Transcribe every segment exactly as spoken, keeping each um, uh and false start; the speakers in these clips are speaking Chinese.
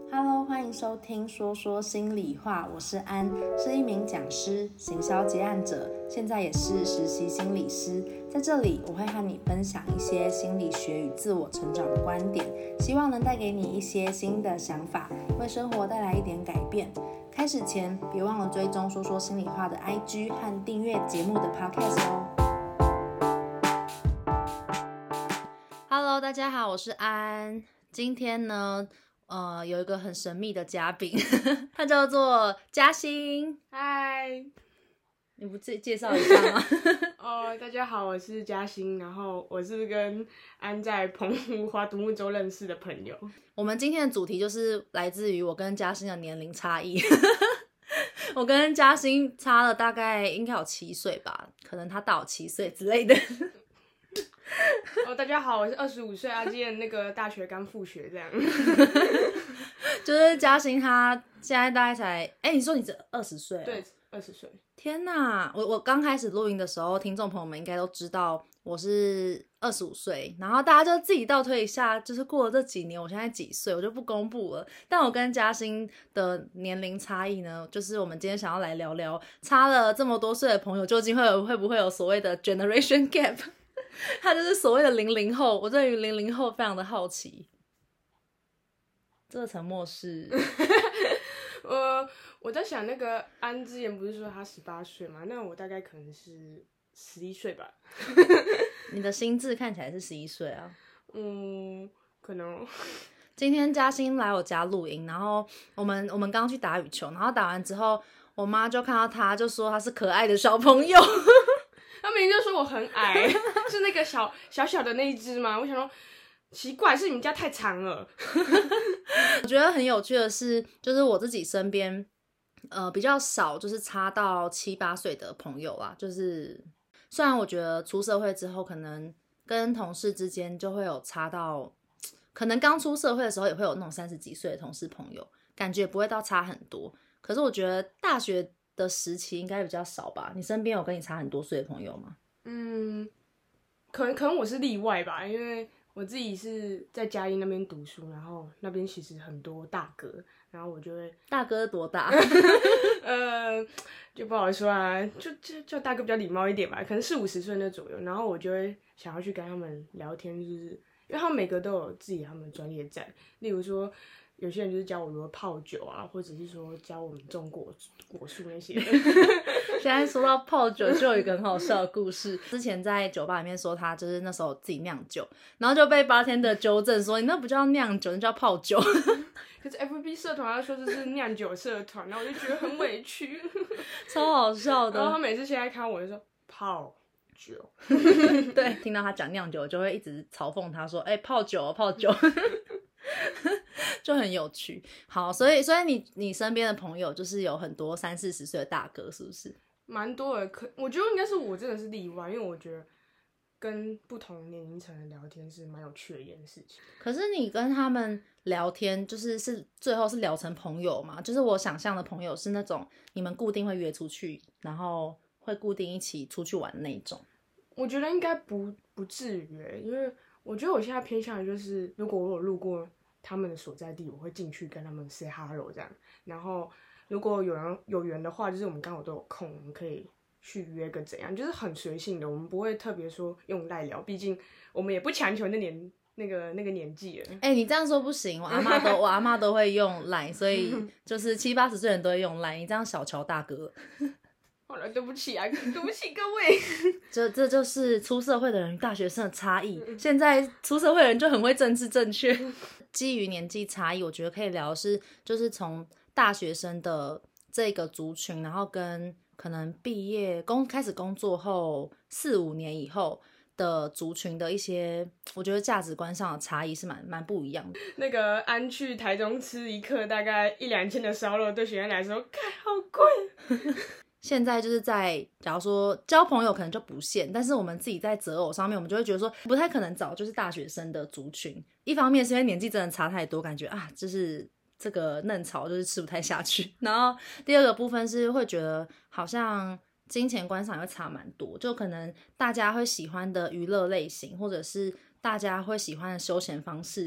Hello， 欢迎收听说说心里话，我是安，是一名讲师、行销结案者，现在也是实习心理师。在这里，我会和你分享一些心理学与自我成长的观点，希望能带给你一些新的想法，为生活带来一点改变。开始前，别忘了追踪说说心里话的 I G 和订阅节目的 Podcast 哦。Hello， 大家好，我是安。今天呢，呃，有一个很神秘的嘉宾，他叫做嘉欣。 嗨， 你不自己介绍一下吗？ 哦，大家好，我是嘉欣，然后我是跟安在澎湖划独木舟认识的朋友。 我们今天的主题就是来自于我跟嘉欣的年龄差异。我跟嘉欣差了大概应该有七岁吧，可能他大我七岁之类的。 哦，大家好，我是二十五岁啊，今年那个大学刚复学这样。 就是嘉欣她现在大概才，哎、欸，你说你是二十岁？ 对，二十岁。 天哪，我我刚开始录音的时候，听众朋友们应该都知道我是二十五岁，然后大家就自己倒推一下，就是过了这几年，我现在几岁，我就不公布了。但我跟嘉欣的年龄差异呢，就是我们今天想要来聊聊，差了这么多岁的朋友，究竟会有会不会有所谓的 generation gap？ 他就是所谓的零零后，我对于零零后非常的好奇。这个沉默是， 呃，我在想那个安之前不是说他十八岁嘛？那我大概可能是十一岁吧。 你的心智看起来是十一岁啊。 嗯，可能。 今天嘉欣来我家录音，然后我们我们刚去打羽球，然后打完之后，我妈就看到他，就说他是可爱的小朋友。 他明明就说我很矮，是那个小小小的那一只吗？我想说，奇怪，是你们家太长了。 我觉得很有趣的是，就是我自己身边，呃，比较少就是差到七八岁的朋友啦。就是虽然我觉得出社会之后，可能跟同事之间就会有差到，可能刚出社会的时候也会有那种三十几岁的同事朋友，感觉也不会到差很多。可是我觉得大学的时期应该比较少吧？你身边有跟你差很多岁的朋友吗？ 嗯，可能可能我是例外吧，因为我自己是在嘉义那边读书，然后那边其实很多大哥，然后我就会大哥多大？ 呃，就不好说啊，就就叫大哥比较礼貌一点吧，可能四五十岁那左右，然后我就会想要去跟他们聊天，就是因为他们每个都有自己他们的专业在，例如说。有些人就是教我如何泡酒啊，或者是说教我们种果果树那些。 现在说到泡酒，就有一个很好笑的故事。之前在酒吧里面说他就是那时候自己酿酒，然后就被bartender纠正说你那不叫酿酒，那叫泡酒。 可是 F B 社团他说这是酿酒社团，然后我就觉得很委屈， 超好笑的。 然后他每次现在看我就说泡酒。 对，听到他讲酿酒，就会一直嘲讽他说：“哎、欸，泡酒，泡酒。”就很有趣。好，所以所以你你身边的朋友就是有很多三四十岁的大哥，是不是？ 蛮多的，可我觉得应该是我真的是例外，因为我觉得跟不同年龄层的聊天是蛮有趣的一件事情。 可是你跟他们聊天，就是是最后是聊成朋友嘛？就是我想象的朋友是那种你们固定会约出去，然后会固定一起出去玩那种。 我觉得应该不不至于欸，因为我觉得我现在偏向的就是，如果我有路过他们的所在地，我会进去跟他们 say hello 这样。然后如果有人有缘的话，就是我们刚好都有空，我们可以去约个怎样，就是很随性的，我们不会特别说用赖聊，毕竟我们也不强求那年那个那个年纪了。 哎、欸，你这样说不行，我阿嬷都我阿嬷都会用赖，所以就是七八十岁人都会用赖，你这样小瞧大哥。 好了，对不起啊，对不起各位。 这这就是出社会的人与大学生的差异。现在出社会的人就很会政治正确。基于年纪差异，我觉得可以聊的是，就是从大学生的这个族群，然后跟可能毕业工开始工作后四五年以后的族群的一些，我觉得价值观上的差异是蛮蛮不一样的。 那个安去台中吃一客大概一两千的烧肉，对学生来说，看好贵。 现在就是在假如说交朋友可能就不限，但是我们自己在择偶上面，我们就会觉得说不太可能找就是大学生的族群。一方面是因为年纪真的差太多，感觉啊就是这个嫩草就是吃不太下去。然后第二个部分是会觉得好像金钱观上也会差蛮多，就可能大家会喜欢的娱乐类型，或者是大家会喜欢的休闲方式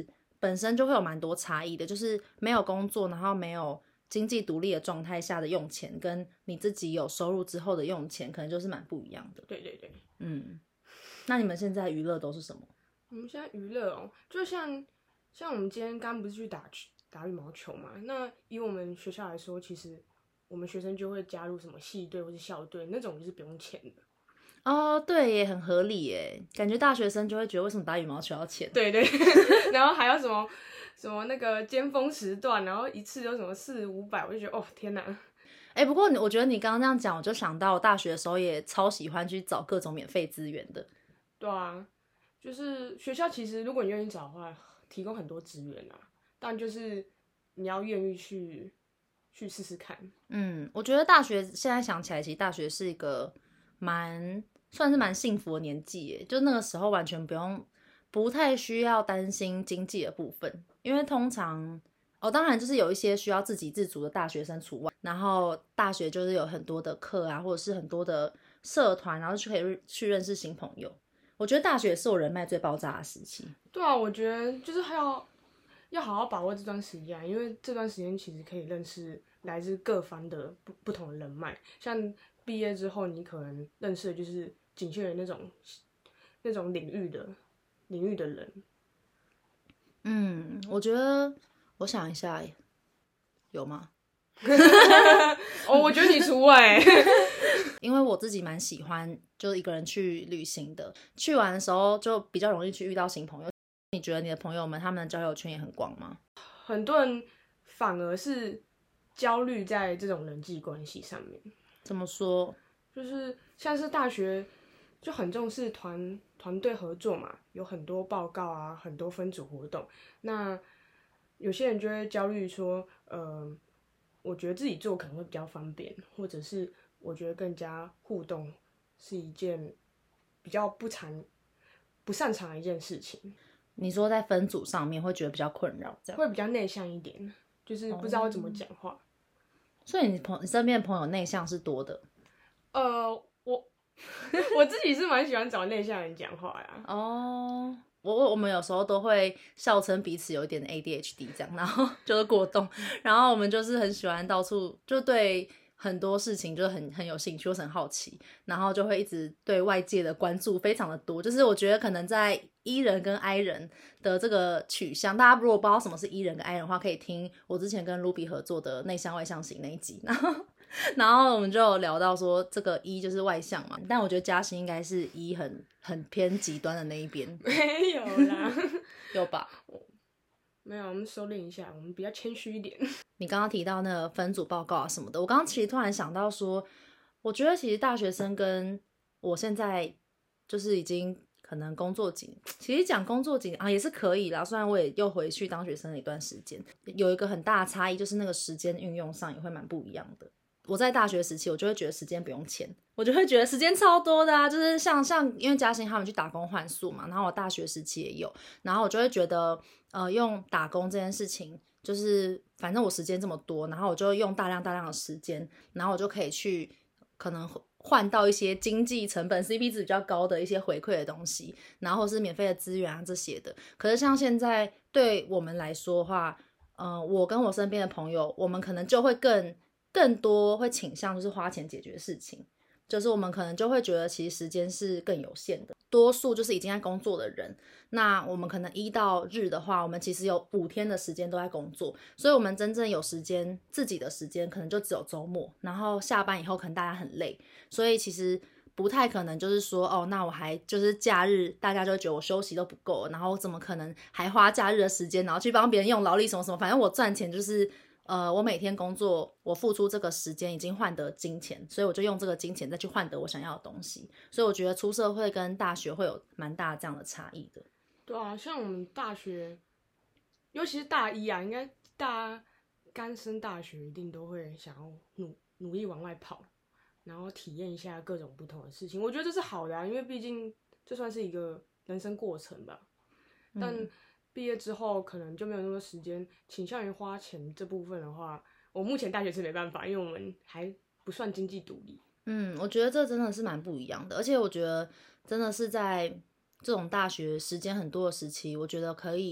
本身就会有蛮多差异的，就是没有工作，然后没有经济独立的状态下的用钱，跟你自己有收入之后的用钱，可能就是蛮不一样的。 对对对， 嗯，那你们现在娱乐都是什么？ 我们现在娱乐哦，就像像我们今天刚不是去打打羽毛球嘛？那以我们学校来说，其实我们学生就会加入什么系队或是校队，那种就是不用钱的。 哦，对耶，很合理耶，感觉大学生就会觉得为什么打羽毛球要钱？ 对对，然后还有什么什么那个尖峰时段，然后一次有什么四五百，我就觉得哦天哪！ 哎、欸，不过我觉得你刚刚这样讲，我就想到我大学的时候也超喜欢去找各种免费资源的。 对啊，就是学校其实如果你愿意找的话，提供很多资源啊，但就是你要愿意去去试试看。 嗯，我觉得大学现在想起来，其实大学是一个蛮算是蛮幸福的年纪耶，就那个时候完全不用不太需要担心经济的部分，因为通常哦，当然就是有一些需要自给自足的大学生除外，然后大学就是有很多的课啊，或者是很多的社团，然后就可以去认识新朋友。我觉得大学是我人脉最爆炸的时期。 对啊，我觉得就是还要要好好把握这段时间，因为这段时间其实可以认识来自各方的不不同的人脉。像毕业之后，你可能认识的就是仅限于那种那种领域的领域的人。 嗯，我觉得我想一下，有吗？ 哦，我觉得你除外， 因为我自己蛮喜欢就是一个人去旅行的，去玩的时候就比较容易去遇到新朋友。你觉得你的朋友们他们的交友圈也很广吗？ 很多人反而是焦虑在这种人际关系上面。 怎么说？ 就是像是大学就很重视团团队合作嘛，有很多报告啊，很多分组活动。那有些人就会焦虑说，呃，我觉得自己做可能会比较方便，或者是我觉得更加互动是一件比较不常不擅长的一件事情。 你说在分组上面会觉得比较困扰，这样会比较内向一点，就是不知道怎么讲话。 所以你朋你身边的朋友内向是多的？ 呃，我我自己是蛮喜欢找内向人讲话呀。 哦，我我们有时候都会笑称彼此有一点 A D H D 这样，然后就是过动，然后我们就是很喜欢到处就对很多事情就是很很有兴趣，或是很好奇，然后就会一直对外界的关注非常的多。就是我觉得可能在 E 人跟 I 人的这个取向，大家如果不知道什么是 E 人跟 I 人的话，可以听我之前跟 Ruby 合作的内向外向型那一集，然后然后我们就有聊到说这个 E 就是外向嘛，但我觉得嘉欣应该是 E 很很偏极端的那一边。 没有啦， 有吧？ 没有，我们收敛一下，我们比较谦虚一点。 你刚刚提到那个分组报告啊什么的，我刚刚其实突然想到说，我觉得其实大学生跟我现在就是已经可能工作几年，其实讲工作几年啊也是可以啦，虽然我也又回去当学生了一段时间，有一个很大的差异就是那个时间运用上也会蛮不一样的。我在大学时期，我就会觉得时间不用钱，我就会觉得时间超多的啊，就是像像因为嘉欣他们去打工换宿嘛，然后我大学时期也有，然后我就会觉得呃用打工这件事情，就是反正我时间这么多，然后我就用大量大量的时间，然后我就可以去可能换到一些经济成本 C P 值比较高的一些回馈的东西，然后是免费的资源啊这些的。可是像现在对我们来说的话，呃，我跟我身边的朋友，我们可能就会更更多会倾向就是花钱解决事情，就是我们可能就会觉得其实时间是更有限的，多数就是已经在工作的人，那我们可能一到日的话，我们其实有五天的时间都在工作，所以我们真正有时间自己的时间可能就只有周末，然后下班以后可能大家很累，所以其实不太可能就是说哦，那我还就是假日大家就会觉得我休息都不够，然后怎么可能还花假日的时间然后去帮别人用劳力什么什么，反正我赚钱就是呃，我每天工作，我付出这个时间已经换得金钱，所以我就用这个金钱再去换得我想要的东西。所以我觉得出社会跟大学会有蛮大这样的差异的。 对啊，像我们大学，尤其是大一啊，应该大家刚升大学一定都会想要努努力往外跑，然后体验一下各种不同的事情。我觉得这是好的啊，因为毕竟这算是一个人生过程吧。但、嗯毕业之后可能就没有那么多时间倾向于花钱这部分的话，我目前大学是没办法，因为我们还不算经济独立。 嗯，我觉得这真的是蛮不一样的，而且我觉得真的是在这种大学时间很多的时期，我觉得可以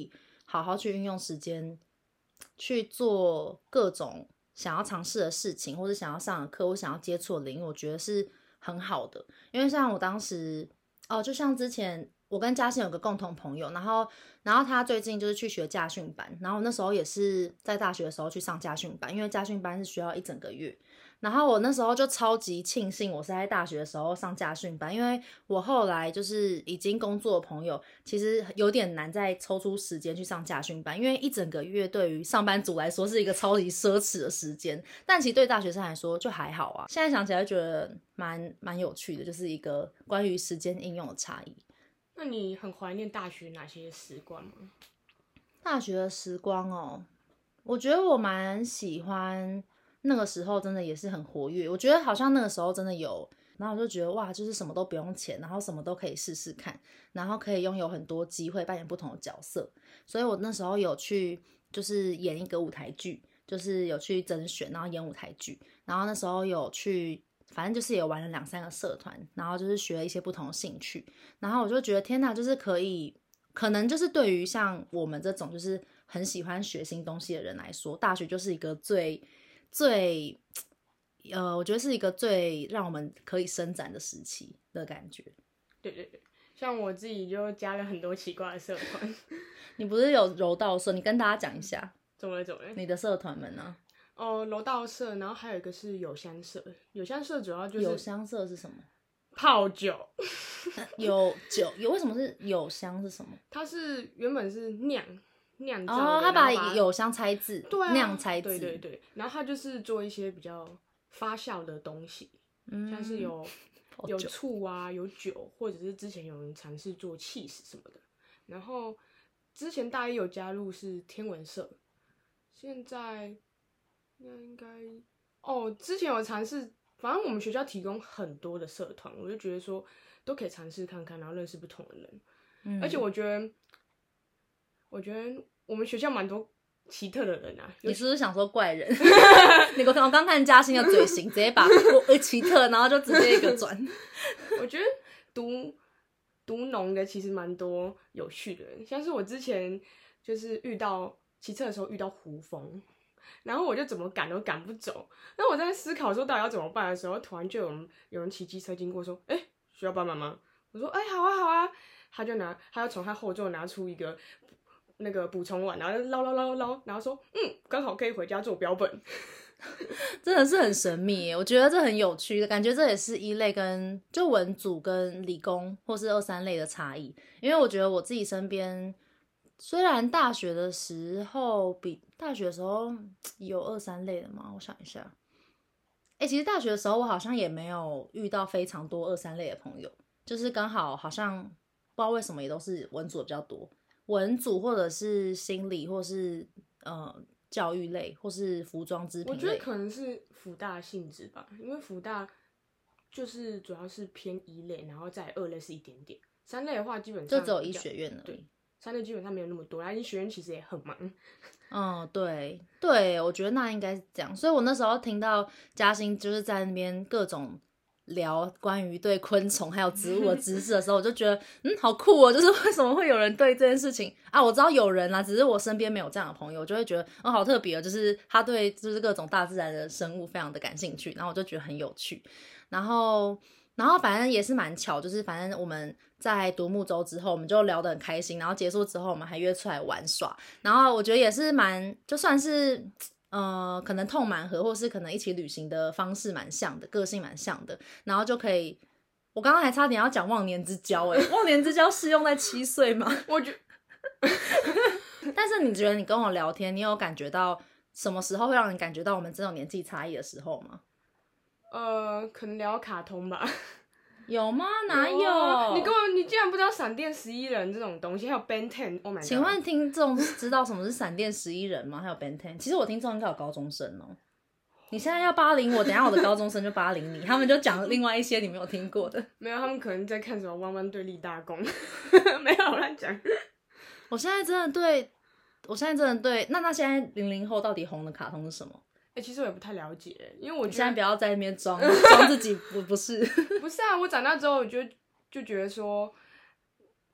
好好去运用时间去做各种想要尝试的事情，或者想要上的课，或想要接触的领域，我觉得是很好的。因为像我当时哦，就像之前我跟嘉欣有个共同朋友，然后然后他最近就是去学驾训班，然后那时候也是在大学的时候去上驾训班，因为驾训班是需要一整个月。然后我那时候就超级庆幸我是在大学的时候上驾训班，因为我后来就是已经工作的朋友其实有点难再抽出时间去上驾训班，因为一整个月对于上班族来说是一个超级奢侈的时间，但其实对大学生来说就还好啊。现在想起来觉得蛮蛮有趣的，就是一个关于时间应用的差异。 那你很怀念大学哪些时光吗？ 大学的时光哦，我觉得我蛮喜欢那个时候，真的也是很活跃。我觉得好像那个时候真的有，然后我就觉得哇，就是什么都不用钱，然后什么都可以试试看，然后可以拥有很多机会扮演不同的角色。所以我那时候有去就是演一个舞台剧，就是有去甄选，然后演舞台剧，然后那时候有去。反正就是也玩了两三个社团，然后就是学了一些不同的兴趣，然后我就觉得天哪，就是可以，可能就是对于像我们这种就是很喜欢学新东西的人来说，大学就是一个最最呃，我觉得是一个最让我们可以伸展的时期的感觉。 对对对，像我自己就加了很多奇怪的社团。 你不是有柔道社？你跟大家讲一下， 怎么了怎么了？ 你的社团们呢？ 哦，柔道社，然后还有一个是友香社。友香社主要就是友香社是什么？ 泡酒。 有酒有为什么是友香是什么？ 它是原本是酿酿造的， 哦，他把把友香拆字， 对啊， 酿拆字， 对对对，然后他就是做一些比较发酵的东西，嗯、像是有有醋啊，有酒，或者是之前有人尝试做cheese什么的。然后之前大一有加入是天文社，现在那应该哦，之前有尝试，反正我们学校提供很多的社团，我就觉得说都可以尝试看看，然后认识不同的人。嗯、而且我觉得，我觉得我们学校蛮多奇特的人啊。 你是不是想说怪人？你我刚看嘉欣的嘴型，直接把我奇特，然后就直接一个转。 我觉得读读农的其实蛮多有趣的人，像是我之前就是遇到骑车的时候遇到胡蜂。然后我就怎么赶都赶不走，那我在思考说到底要怎么办的时候，突然就有人有人骑机车经过说：“哎、欸，需要帮忙吗？”我说：“哎、欸，好啊，好啊。”他就拿，他就从他后座拿出一个那个补充碗，然后就捞捞捞捞，然后说：“嗯，刚好可以回家做标本。” 真的是很神秘耶，我觉得这很有趣的感觉，这也是一类跟就文组跟理工或是二三类的差异，因为我觉得我自己身边。虽然大学的时候比大学的时候有二三类的吗？我想一下，哎、欸，其实大学的时候我好像也没有遇到非常多二三类的朋友，就是刚好好像不知道为什么也都是文组的比较多，文组或者是心理或是呃教育类或是服装织品类。 我觉得可能是辅大的性质吧，因为辅大就是主要是偏一类，然后再二类是一点点，三类的话基本上就只有医学院而已。 三类基本上没有那么多，然后医学院其实也很忙。 嗯，对对，我觉得那应该是这样。所以我那时候听到嘉欣就是在那边各种聊关于对昆虫还有植物的知识的时候，我就觉得嗯好酷哦！就是为什么会有人对这件事情啊？我知道有人啦，只是我身边没有这样的朋友，我就会觉得嗯好特别哦，就是他对就是各种大自然的生物非常的感兴趣，然后我就觉得很有趣，然后。然后反正也是蛮巧，就是反正我们在独木舟之后，我们就聊得很开心。然后结束之后，我们还约出来玩耍。然后我觉得也是蛮，就算是呃，可能痛蛮合，或是可能一起旅行的方式蛮像的，个性蛮像的。然后就可以，我刚刚还差点要讲忘年之交，哎，忘年之交适用在七岁吗？ 我觉， 但是你觉得你跟我聊天，你有感觉到什么时候会让你感觉到我们这种年纪差异的时候吗？ 呃，可能聊卡通吧。 有吗？哪有？ 有你根本你竟然不知道闪电十一人这种东西，还有 Ben Ten。Oh my god！ 请问听众知道什么是闪电十一人吗？还有 Ben Ten？ 其实我听众应该有高中生哦。你现在要八零我，等一下我的高中生就八零你，他们就讲另外一些你没有听过的。 没有，他们可能在看什么《弯弯对立大功》。没有乱讲。 我现在真的对，我现在真的对，那那现在零零后到底红的卡通是什么？ 哎、欸，其实我也不太了解，因为我觉得你现在不要在那边装装自己不不是。 不是啊，我长大之后我就就觉得说，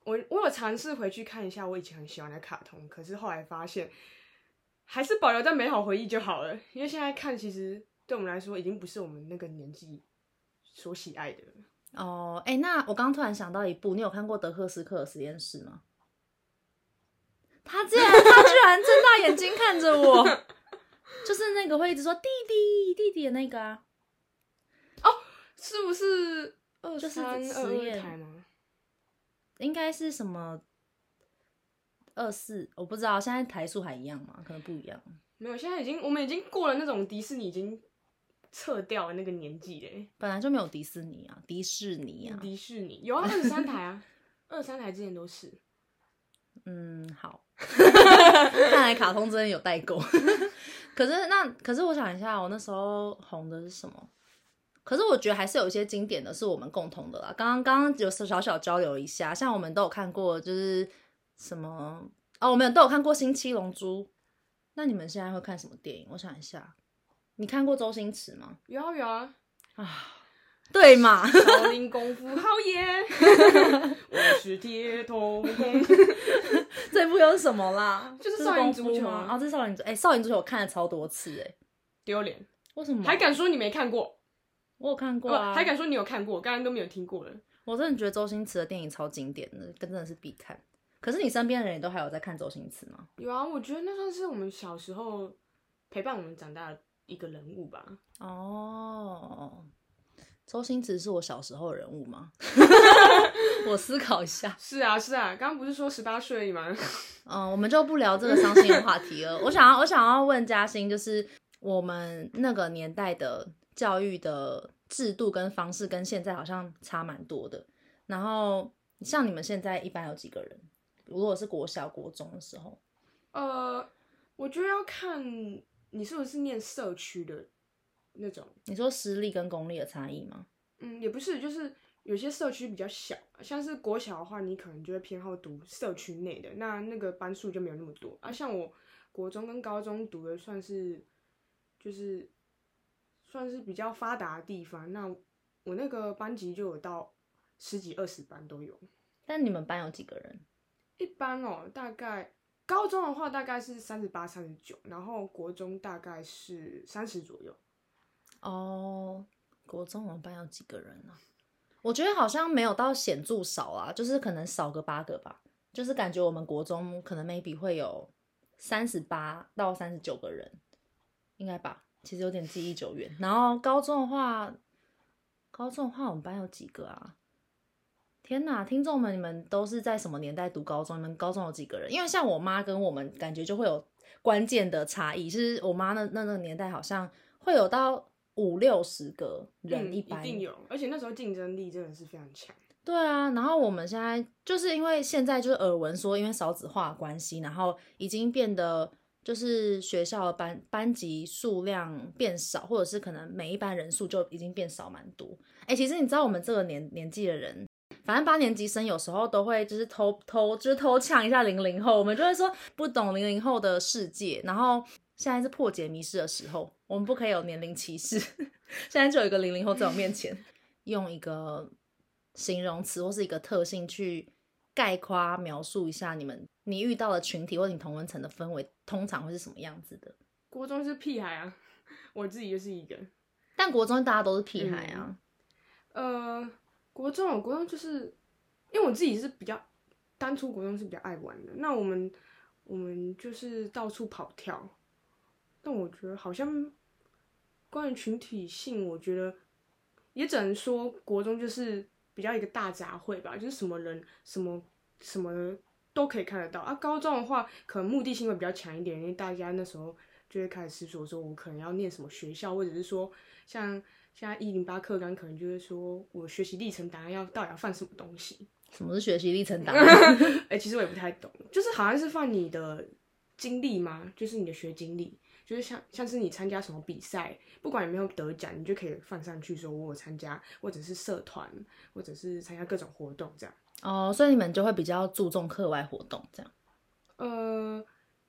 我我有尝试回去看一下我以前很喜欢的卡通，可是后来发现还是保留在美好回忆就好了，因为现在看其实对我们来说已经不是我们那个年纪所喜爱的了。 哦，哎、欸，那我刚突然想到一部，你有看过德克斯克的实验室吗？他竟然，他居然睁大眼睛看着我，就是那个会一直说弟弟弟弟的那个啊。 哦，是不是二就是三二二台吗？ 应该是什么二四，我不知道，现在台数还一样吗？可能不一样。 没有，现在已经我们已经过了那种迪士尼已经撤掉的那个年纪嘞。 本来就没有迪士尼啊，迪士尼啊， 迪士尼有啊，二十三台啊，二十三台之前都是。 嗯，好，看来卡通真的有代沟。可是那，可是我想一下，我那时候红的是什么？可是我觉得还是有一些经典的是我们共同的啦。刚刚刚刚有小小交流一下，像我们都有看过，就是什么哦，我们都有看过《新七龙珠》。那你们现在会看什么电影？我想一下，你看过周星驰吗？ 有啊有啊啊，对嘛？ 少林功夫好耶！我是铁头功。 这部又是什么啦？ 就是少林足球啊！哦，这是少林足球。哎、欸，少林足球我看了超多次哎、欸， 丢脸！ 为什么？ 还敢说你没看过？ 我有看过啊， 还敢说你有看过？刚刚都没有听过了。 我真的觉得周星驰的电影超经典的，真的是必看。可是你身边的人也都还有在看周星驰吗？ 有啊，我觉得那算是我们小时候陪伴我们长大的一个人物吧。 哦，周星驰是我小时候的人物吗？我思考一下。 是啊，是啊，刚刚不是说十八岁而已吗？ 嗯，我们就不聊这个伤心的话题了。我想要，我想要问嘉欣，就是我们那个年代的教育的制度跟方式跟现在好像差蛮多的。然后像你们现在一般有几个人？如果是国小国中的时候， 呃，我觉得要看你是不是念社区的那种。 你说私立跟公立的差异吗？ 嗯，也不是，就是有些社区比较小，像是国小的话，你可能就会偏好读社区内的，那那个班数就没有那么多啊。像我国中跟高中读的算是就是算是比较发达的地方，那我那个班级就有到十几二十班都有。 但你们班有几个人？ 一般哦，大概高中的话大概是三十八、三十九，然后国中大概是三十左右。 哦，国中我们班有几个人啊？我觉得好像没有到显著少啊，就是可能少个八个吧。就是感觉我们国中可能 maybe 会有三十八到三十九个人，应该吧？其实有点记忆久远。然后高中的话，高中的话我们班有几个啊？天哪，听众们，你们都是在什么年代读高中？你们高中有几个人？因为像我妈跟我们感觉就会有关键的差异，就是我妈那那个年代好像会有到五六十个人一班、 嗯，一定有，而且那时候竞争力真的是非常强。 对啊，然后我们现在就是因为现在就是耳闻说，因为少子化的关系，然后已经变得就是学校的班班级数量变少，或者是可能每一班人数就已经变少蛮多。哎，其实你知道我们这个年年纪的人。反正八年级生有时候都会就是偷偷就是偷呛一下零零后，我们就会说不懂零零后的世界。然后现在是破解迷思的时候，我们不可以有年龄歧视。现在就有一个零零后在我面前，用一个形容词或是一个特性去概括描述一下你们你遇到的群体或者你同温层的氛围，通常会是什么样子的？ 国中是屁孩啊，我自己就是一个。 但国中大家都是屁孩啊。 嗯、呃。国中，我国中就是因为我自己是比较当初国中是比较爱玩的，那我们我们就是到处跑跳，但我觉得好像关于群体性，我觉得也只能说国中就是比较一个大杂烩吧，就是什么人什么什么都可以看得到啊。高中的话，可能目的性会比较强一点，因为大家那时候就会开始思索说，我可能要念什么学校，或者是说像。现在一零八课纲可能就是说我学习历程档案要到底要放什么东西？ 什么是学习历程档案？ 哎、欸，其实我也不太懂，就是好像是放你的经历吗？就是你的学经历，就是像像是你参加什么比赛，不管有没有得奖，你就可以放上去说我有参加，或者是社团，或者是参加各种活动这样。 哦，所以你们就会比较注重课外活动这样。 呃，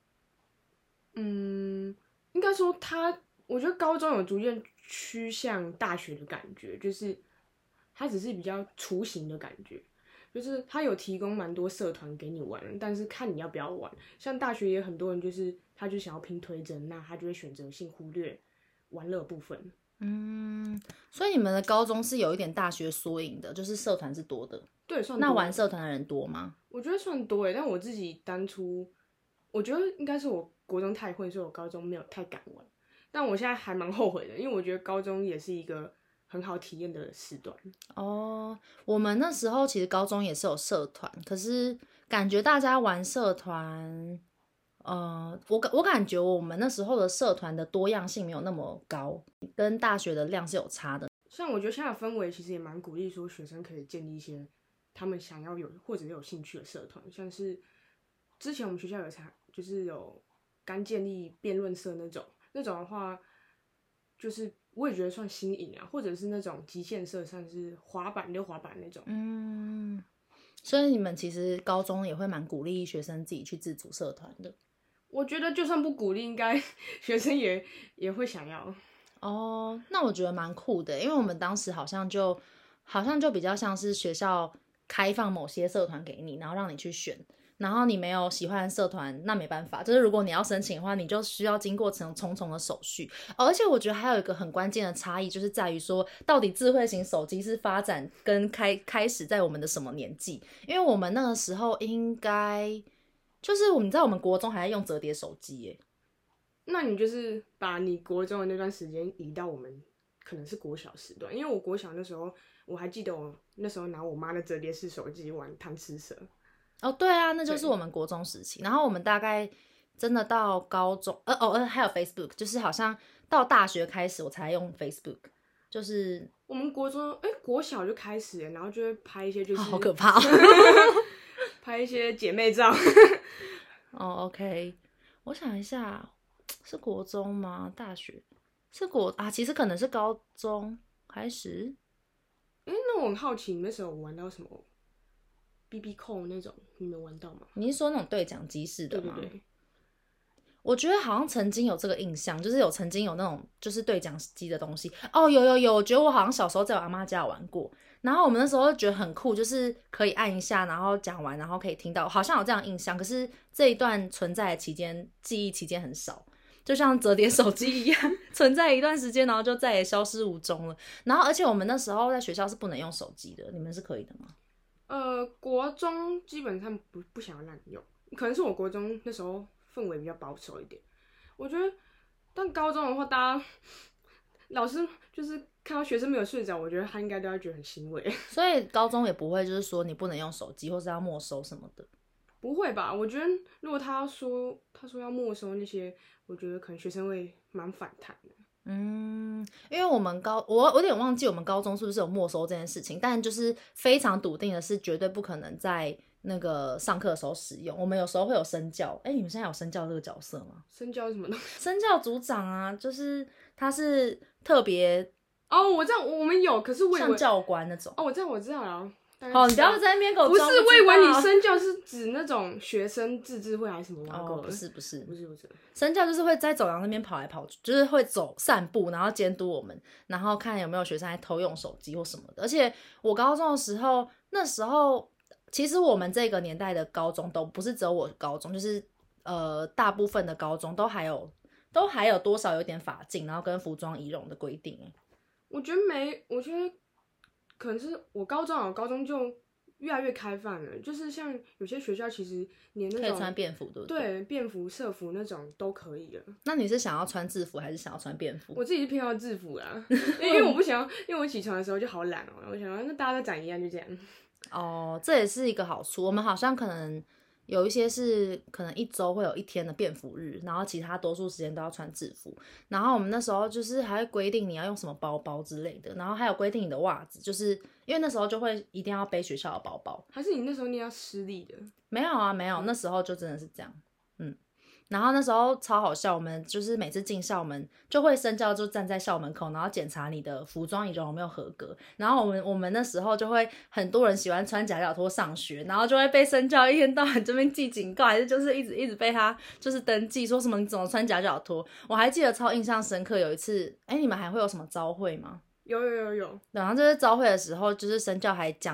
嗯，应该说他，我觉得高中有逐渐趋向大学的感觉，就是它只是比较雏形的感觉。 就是他有提供蛮多社团给你玩，但是看你要不要玩。像大学也很多人就是他就想要拼推甄，那他就会选择性忽略玩乐部分。 嗯，所以你们的高中是有一点大学缩影的，就是社团是多的。 对，算多。 那玩社团的人多吗？ 我觉得算多诶，但我自己当初我觉得应该是我国中太混，所以我高中没有太敢玩。但我现在还蛮后悔的，因为我觉得高中也是一个很好体验的时段。 哦，我们那时候其实高中也是有社团，可是感觉大家玩社团，呃，我我感觉我们那时候的社团的多样性没有那么高，跟大学的量是有差的。 像我觉得现在的氛围其实也蛮鼓励说学生可以建立一些他们想要有或者有兴趣的社团，像是之前我们学校有才就是有刚建立辩论社那种，那种的话就是我也觉得算新颖啊，或者是那种极限社，像是滑板溜滑板那种。 嗯，所以你们其实高中也会蛮鼓励学生自己去自主社团的。 我觉得就算不鼓励，应该学生也也会想要。 哦，那我觉得蛮酷的，因为我们当时好像就好像就比较像是学校开放某些社团给你，然后让你去选，然后你没有喜欢的社团，那没办法，就是如果你要申请的话，你就需要经过重重重的手续。哦，而且我觉得还有一个很关键的差异，就是在于说，到底智慧型手机是发展跟开开始在我们的什么年纪？因为我们那个时候应该就是我们在我们国中还在用折叠手机耶。 那你就是把你国中的那段时间移到我们可能是国小时段，因为我国小那时候我还记得我那时候拿我妈的折叠式手机玩贪吃蛇。 哦，对啊，那就是我们国中时期。然后我们大概真的到高中，呃哦呃，还有 Facebook， 就是好像到大学开始我才用 Facebook， 就是我们国中哎、欸、国小就开始，然后就会拍一些就是、 哦、好可怕、哦， 拍一些姐妹照。 哦 ，OK， 我想一下，是国中吗？大学是国啊？其实可能是高中开始。 哎、欸，那我很好奇，你那时候玩到什么 B B 扣那种，你没有玩到吗？ 你是说那种对讲机式的吗？ 对对对。 我觉得好像曾经有这个印象，就是有曾经有那种就是对讲机的东西。哦，有有有，我觉得我好像小时候在我阿妈家有玩过。然后我们那时候就觉得很酷，就是可以按一下，然后讲完，然后可以听到，好像有这样印象。可是这一段存在的期间，记忆期间很少，就像折叠手机一样，存在一段时间，然后就再也消失无踪了。然后而且我们那时候在学校是不能用手机的，你们是可以的吗？ 呃，国中基本上不不想要让你用，可能是我国中那时候氛围比较保守一点。我觉得，但高中的话，大家老师就是看到学生没有睡着，我觉得他应该都要觉得很欣慰。 所以高中也不会就是说你不能用手机，或是要没收什么的。 不会吧？我觉得如果他要说他说要没收那些，我觉得可能学生会蛮反弹的。 嗯，因为我们高我我有点忘记我们高中是不是有没收这件事情，但就是非常笃定的是绝对不可能在那个上课的时候使用。我们有时候会有身教，哎，你们现在有身教这个角色吗？ 身教是什么东西？ 身教组长啊，就是他是特别哦，我知道我们有，可是我以为像教官那种。 哦，我知道我知道了。 哦，你不要在那边给我装不是，我以为你身教是指那种学生自治会还是什么挖沟的？ 哦，不是不是不是不是， 身教就是会在走廊那边跑来跑去，就是会走散步，然后监督我们，然后看有没有学生在偷用手机或什么的。而且我高中的时候，那时候其实我们这个年代的高中都不是只有我高中，就是呃大部分的高中都还有都还有多少有点法禁，然后跟服装仪容的规定。 我觉得没，我觉得可能是我高中啊，高中就越来越开放了，就是像有些学校其实连那种可以穿便服，对不对？ 对，便服、社服那种都可以了。 那你是想要穿制服还是想要穿便服？ 我自己是偏好制服啦，因为我不想要，因为我起床的时候就好懒哦、喔，我想要那大家都长一样就这样。 哦，这也是一个好处。我们好像可能有一些是可能一周会有一天的便服日，然后其他多数时间都要穿制服。然后我们那时候就是还会规定你要用什么包包之类的，然后还有规定你的袜子，就是因为那时候就会一定要背学校的包包。 还是你那时候念要私立的？ 没有啊，没有，那时候就真的是这样。嗯。然后那时候超好笑，我们就是每次进校门就会身教就站在校门口，然后检查你的服装仪容有没有合格。然后我们我们那时候就会很多人喜欢穿夹脚拖上学，然后就会被身教一天到晚这边记警告，还是就是一直一直被他就是登记说什么你怎么穿夹脚拖。我还记得超印象深刻，有一次，哎，你们还会有什么朝会吗？ 有有有有。 然后就是朝会的时候，就是身教还讲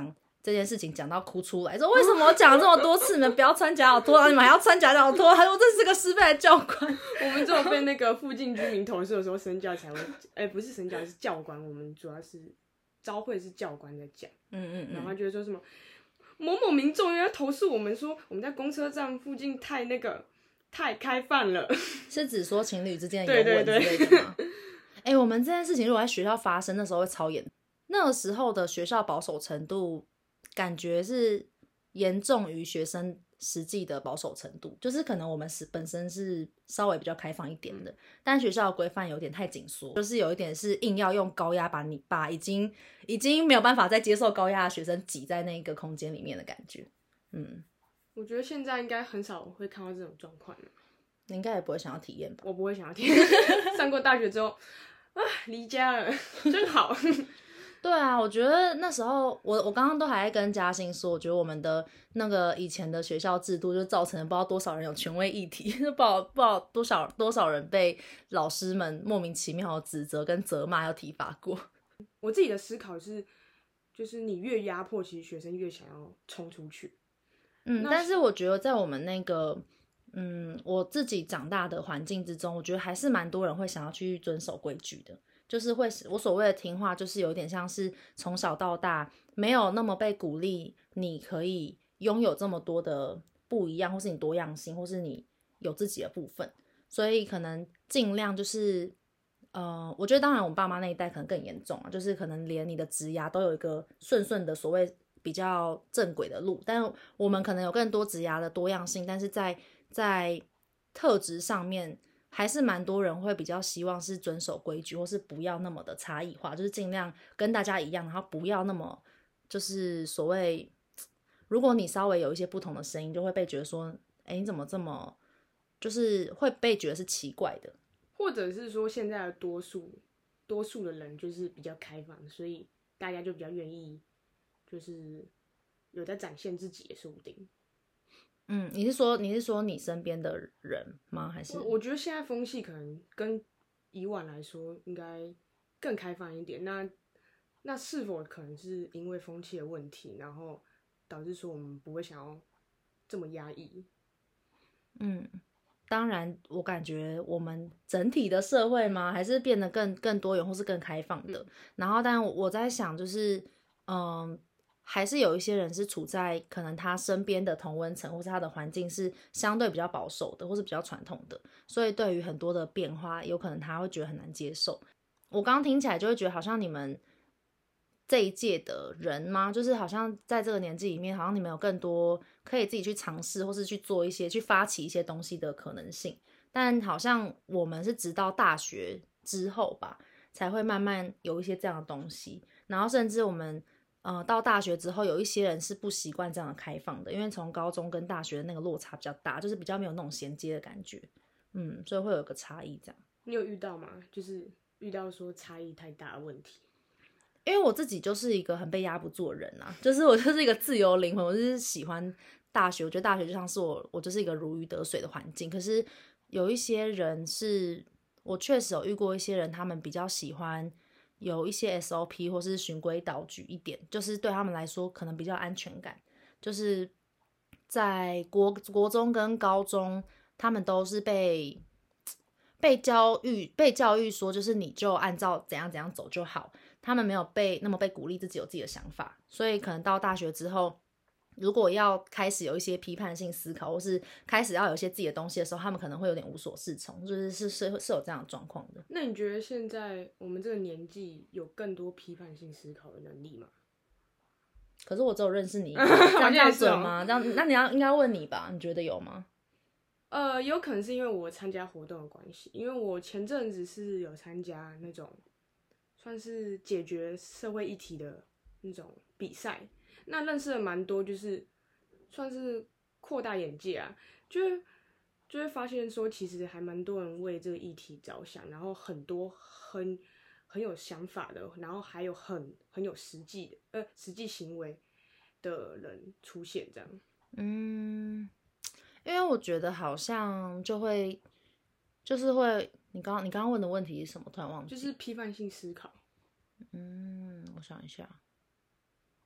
这件事情讲到哭出来，说为什么我讲了这么多次，你们不要穿夹脚拖，然后你们还要穿夹脚拖，还说这是个失败的教官。 我们只有被那个附近居民投诉的时候，身教才会，哎、欸，不是身教，是教官。我们主要是招会是教官在讲，嗯嗯嗯，然后他觉得说什么某某民众要投诉我们说我们在公车站附近太那个太开放了， 是指说情侣之间的拥吻之类的吗？哎、欸，我们这件事情如果在学校发生，那时候会超严，那个时候的学校保守程度。感觉是严重于学生实际的保守程度，就是可能我们是本身是稍微比较开放一点的，嗯、但学校的规范有点太紧缩，就是有一点是硬要用高压把你把已经已经没有办法再接受高压的学生挤在那个空间里面的感觉。嗯， 我觉得现在应该很少会看到这种状况了。 你应该也不会想要体验吧？ 我不会想要体验。上过大学之后，啊，离家了，真好。 对啊，我觉得那时候我我刚刚都还在跟嘉欣说，我觉得我们的那个以前的学校制度就造成了不知道多少人有权威议题，不知道不知道多少多少人被老师们莫名其妙的指责跟责骂要体罚过。 我自己的思考是，就是你越压迫，其实学生越想要冲出去。 嗯，但是我觉得在我们那个嗯我自己长大的环境之中，我觉得还是蛮多人会想要去遵守规矩的。就是会我所谓的听话，就是有点像是从小到大没有那么被鼓励，你可以拥有这么多的不一样，或是你多样性，或是你有自己的部分，所以可能尽量就是呃，我觉得当然我们爸妈那一代可能更严重啊，就是可能连你的职涯都有一个顺顺的所谓比较正轨的路，但我们可能有更多职涯的多样性，但是在在特质上面还是蛮多人会比较希望是遵守规矩，或是不要那么的差异化，就是尽量跟大家一样，然后不要那么就是所谓，如果你稍微有一些不同的声音，就会被觉得说，哎，你怎么这么，就是会被觉得是奇怪的， 或者是说现在的多数多数的人就是比较开放，所以大家就比较愿意，就是有在展现自己也说不定。 嗯，你是说你是说你身边的人吗？还是我, 我觉得现在风气可能跟以往来说应该更开放一点。那那是否可能是因为风气的问题，然后导致说我们不会想要这么压抑？ 嗯，当然，我感觉我们整体的社会嘛，还是变得更更多元或是更开放的。嗯、然后，但我在想，就是嗯。还是有一些人是处在可能他身边的同温层，或是他的环境是相对比较保守的，或是比较传统的，所以对于很多的变化，有可能他会觉得很难接受。我刚刚听起来就会觉得好像你们这一届的人吗？就是好像在这个年纪里面，好像你们有更多可以自己去尝试，或是去做一些去发起一些东西的可能性。但好像我们是直到大学之后吧，才会慢慢有一些这样的东西，然后甚至我们呃，到大学之后，有一些人是不习惯这样的开放的，因为从高中跟大学的那个落差比较大，就是比较没有那种衔接的感觉，嗯，所以会有个差异这样。 你有遇到吗？就是遇到说差异太大的问题？ 因为我自己就是一个很被压不住的人啊，就是我就是一个自由灵魂，我就是喜欢大学，我觉得大学就像是我，我就是一个如鱼得水的环境。可是有一些人是，我确实有遇过一些人，他们比较喜欢有一些 S O P 或是循规蹈矩一点，就是对他们来说可能比较安全感。就是在国国中跟高中，他们都是被被教育被教育说，就是你就按照怎样怎样走就好。他们没有被那么被鼓励自己有自己的想法，所以可能到大学之后，如果要开始有一些批判性思考，或是开始要有一些自己的东西的时候，他们可能会有点无所适从，就是是是是有这样的状况的。 那你觉得现在我们这个年纪有更多批判性思考的能力吗？ 可是我只有认识你一个，这样这样准吗？这样，那你要应该问你吧？你觉得有吗？ 呃，有可能是因为我参加活动的关系，因为我前阵子是有参加那种算是解决社会议题的那种比赛，那认识了蛮多，就是算是扩大眼界啊，就会就会发现说，其实还蛮多人为这个议题着想，然后很多很很有想法的，然后还有很很有实际的呃实际行为的人出现，这样。 嗯，因为我觉得好像就会就是会，你刚你刚刚问的问题是什么？突然忘记。 就是批判性思考。 嗯，我想一下。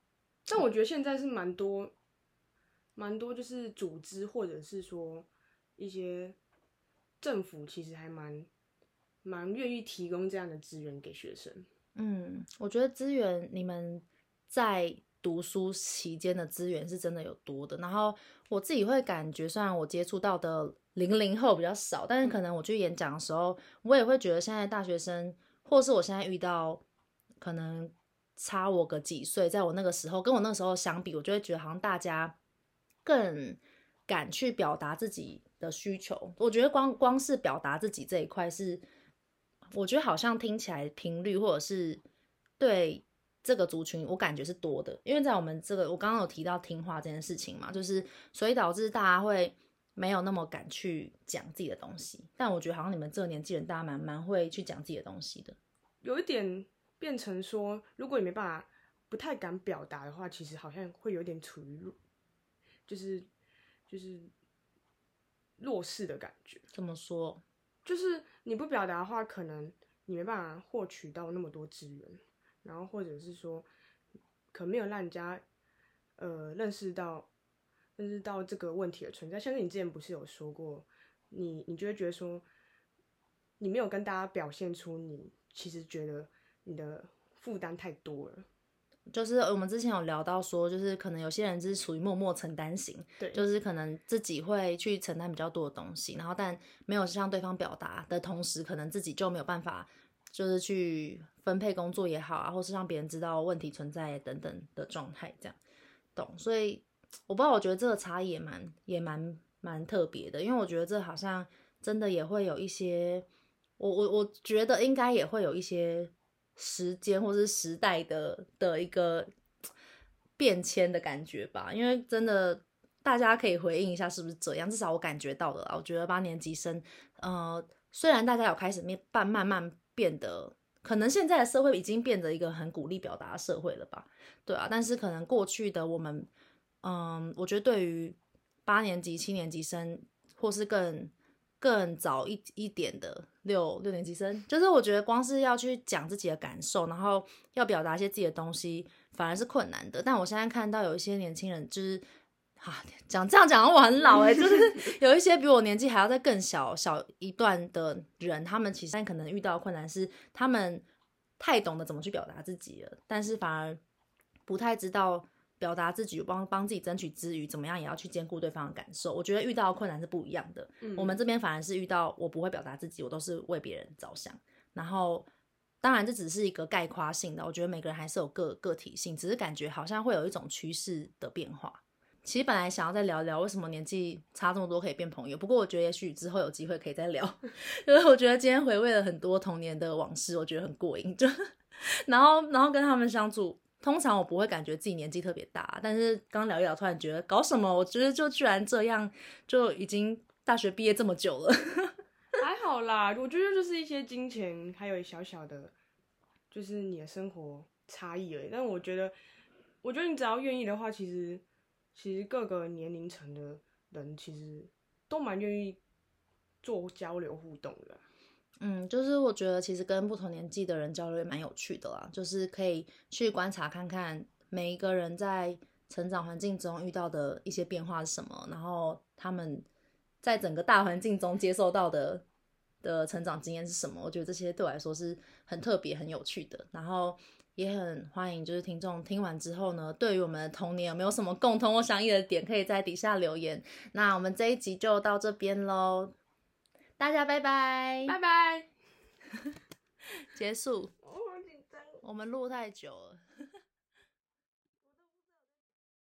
但我觉得现在是蛮多蛮多就是组织或者是说一些政府其实还蛮蛮愿意提供这样的资源给学生。 嗯，我觉得资源你们在读书期间的资源是真的有多的，然后我自己会感觉，虽然我接触到的零零后比较少，但是可能我去演讲的时候，我也会觉得现在大学生，或是我现在遇到可能差我个几岁，在我那个时候跟我那个时候相比，我就会觉得好像大家更敢去表达自己的需求。我觉得光光是表达自己这一块是，我觉得好像听起来频率或者是对这个族群我感觉是多的，因为在我们这个我刚刚有提到听话这件事情嘛，就是所以导致大家会没有那么敢去讲自己的东西，但我觉得好像你们这个年纪人大家蛮蛮会去讲自己的东西的。 有一点变成说，如果你没办法不太敢表达的话，其实好像会有点处于就是就是弱势的感觉。 怎么说？ 就是你不表达的话，可能你没办法获取到那么多资源，然后或者是说，可能没有让人家呃认识到认识到这个问题的存在。像是你之前不是有说过，你你就会觉得说，你没有跟大家表现出你其实觉得你的负担太多了。 就是我们之前有聊到说，就是可能有些人是属于默默承担型， 对， 就是可能自己会去承担比较多的东西，然后但没有向对方表达的同时，可能自己就没有办法，就是去分配工作也好啊，或是让别人知道问题存在等等的状态，这样懂？所以我不知道，我觉得这个差异也蛮也蛮蛮特别的，因为我觉得这好像真的也会有一些，我我我觉得应该也会有一些时间或是时代的的一个变迁的感觉吧，因为真的大家可以回应一下是不是这样，至少我感觉到的啦。我觉得八年级生，呃，虽然大家有开始慢慢慢变得，可能现在的社会已经变得一个很鼓励表达的社会了吧，对啊，但是可能过去的我们，嗯，我觉得对于八年级、七年级生，或是更更早一一点的六六年级生，就是我觉得光是要去讲自己的感受，然后要表达一些自己的东西，反而是困难的。但我现在看到有一些年轻人，就是啊，讲这样讲我很老哎、欸，就是有一些比我年纪还要再更小小一段的人，他们其实可能遇到的困难是，他们太懂得怎么去表达自己了，但是反而不太知道表达自己，帮帮自己争取之余，怎么样也要去兼顾对方的感受。我觉得遇到的困难是不一样的。嗯、我们这边反而是遇到我不会表达自己，我都是为别人着想。然后，当然这只是一个概括性的，我觉得每个人还是有个个体性，只是感觉好像会有一种趋势的变化。其实本来想要再聊聊为什么年纪差这么多可以变朋友，不过我觉得也许之后有机会可以再聊，因为我觉得今天回味了很多童年的往事，我觉得很过瘾。就然后，然后跟他们相处。通常我不会感觉自己年纪特别大，但是刚聊一聊突然觉得搞什么，我觉得就居然这样，就已经大学毕业这么久了。 还好啦，我觉得就是一些金钱还有小小的就是你的生活差异而已，但我觉得我觉得你只要愿意的话，其实其实各个年龄层的人其实都蛮愿意做交流互动的。 嗯，就是我觉得其实跟不同年纪的人交流也蛮有趣的啦，就是可以去观察看看每一个人在成长环境中遇到的一些变化是什么，然后他们在整个大环境中接受到的的成长经验是什么。我觉得这些对我来说是很特别很有趣的，然后也很欢迎就是听众听完之后呢，对于我们的童年有没有什么共同或相异的点，可以在底下留言。那我们这一集就到这边咯，大家拜拜， 拜拜， 结束。 我好紧张， 我们录太久了。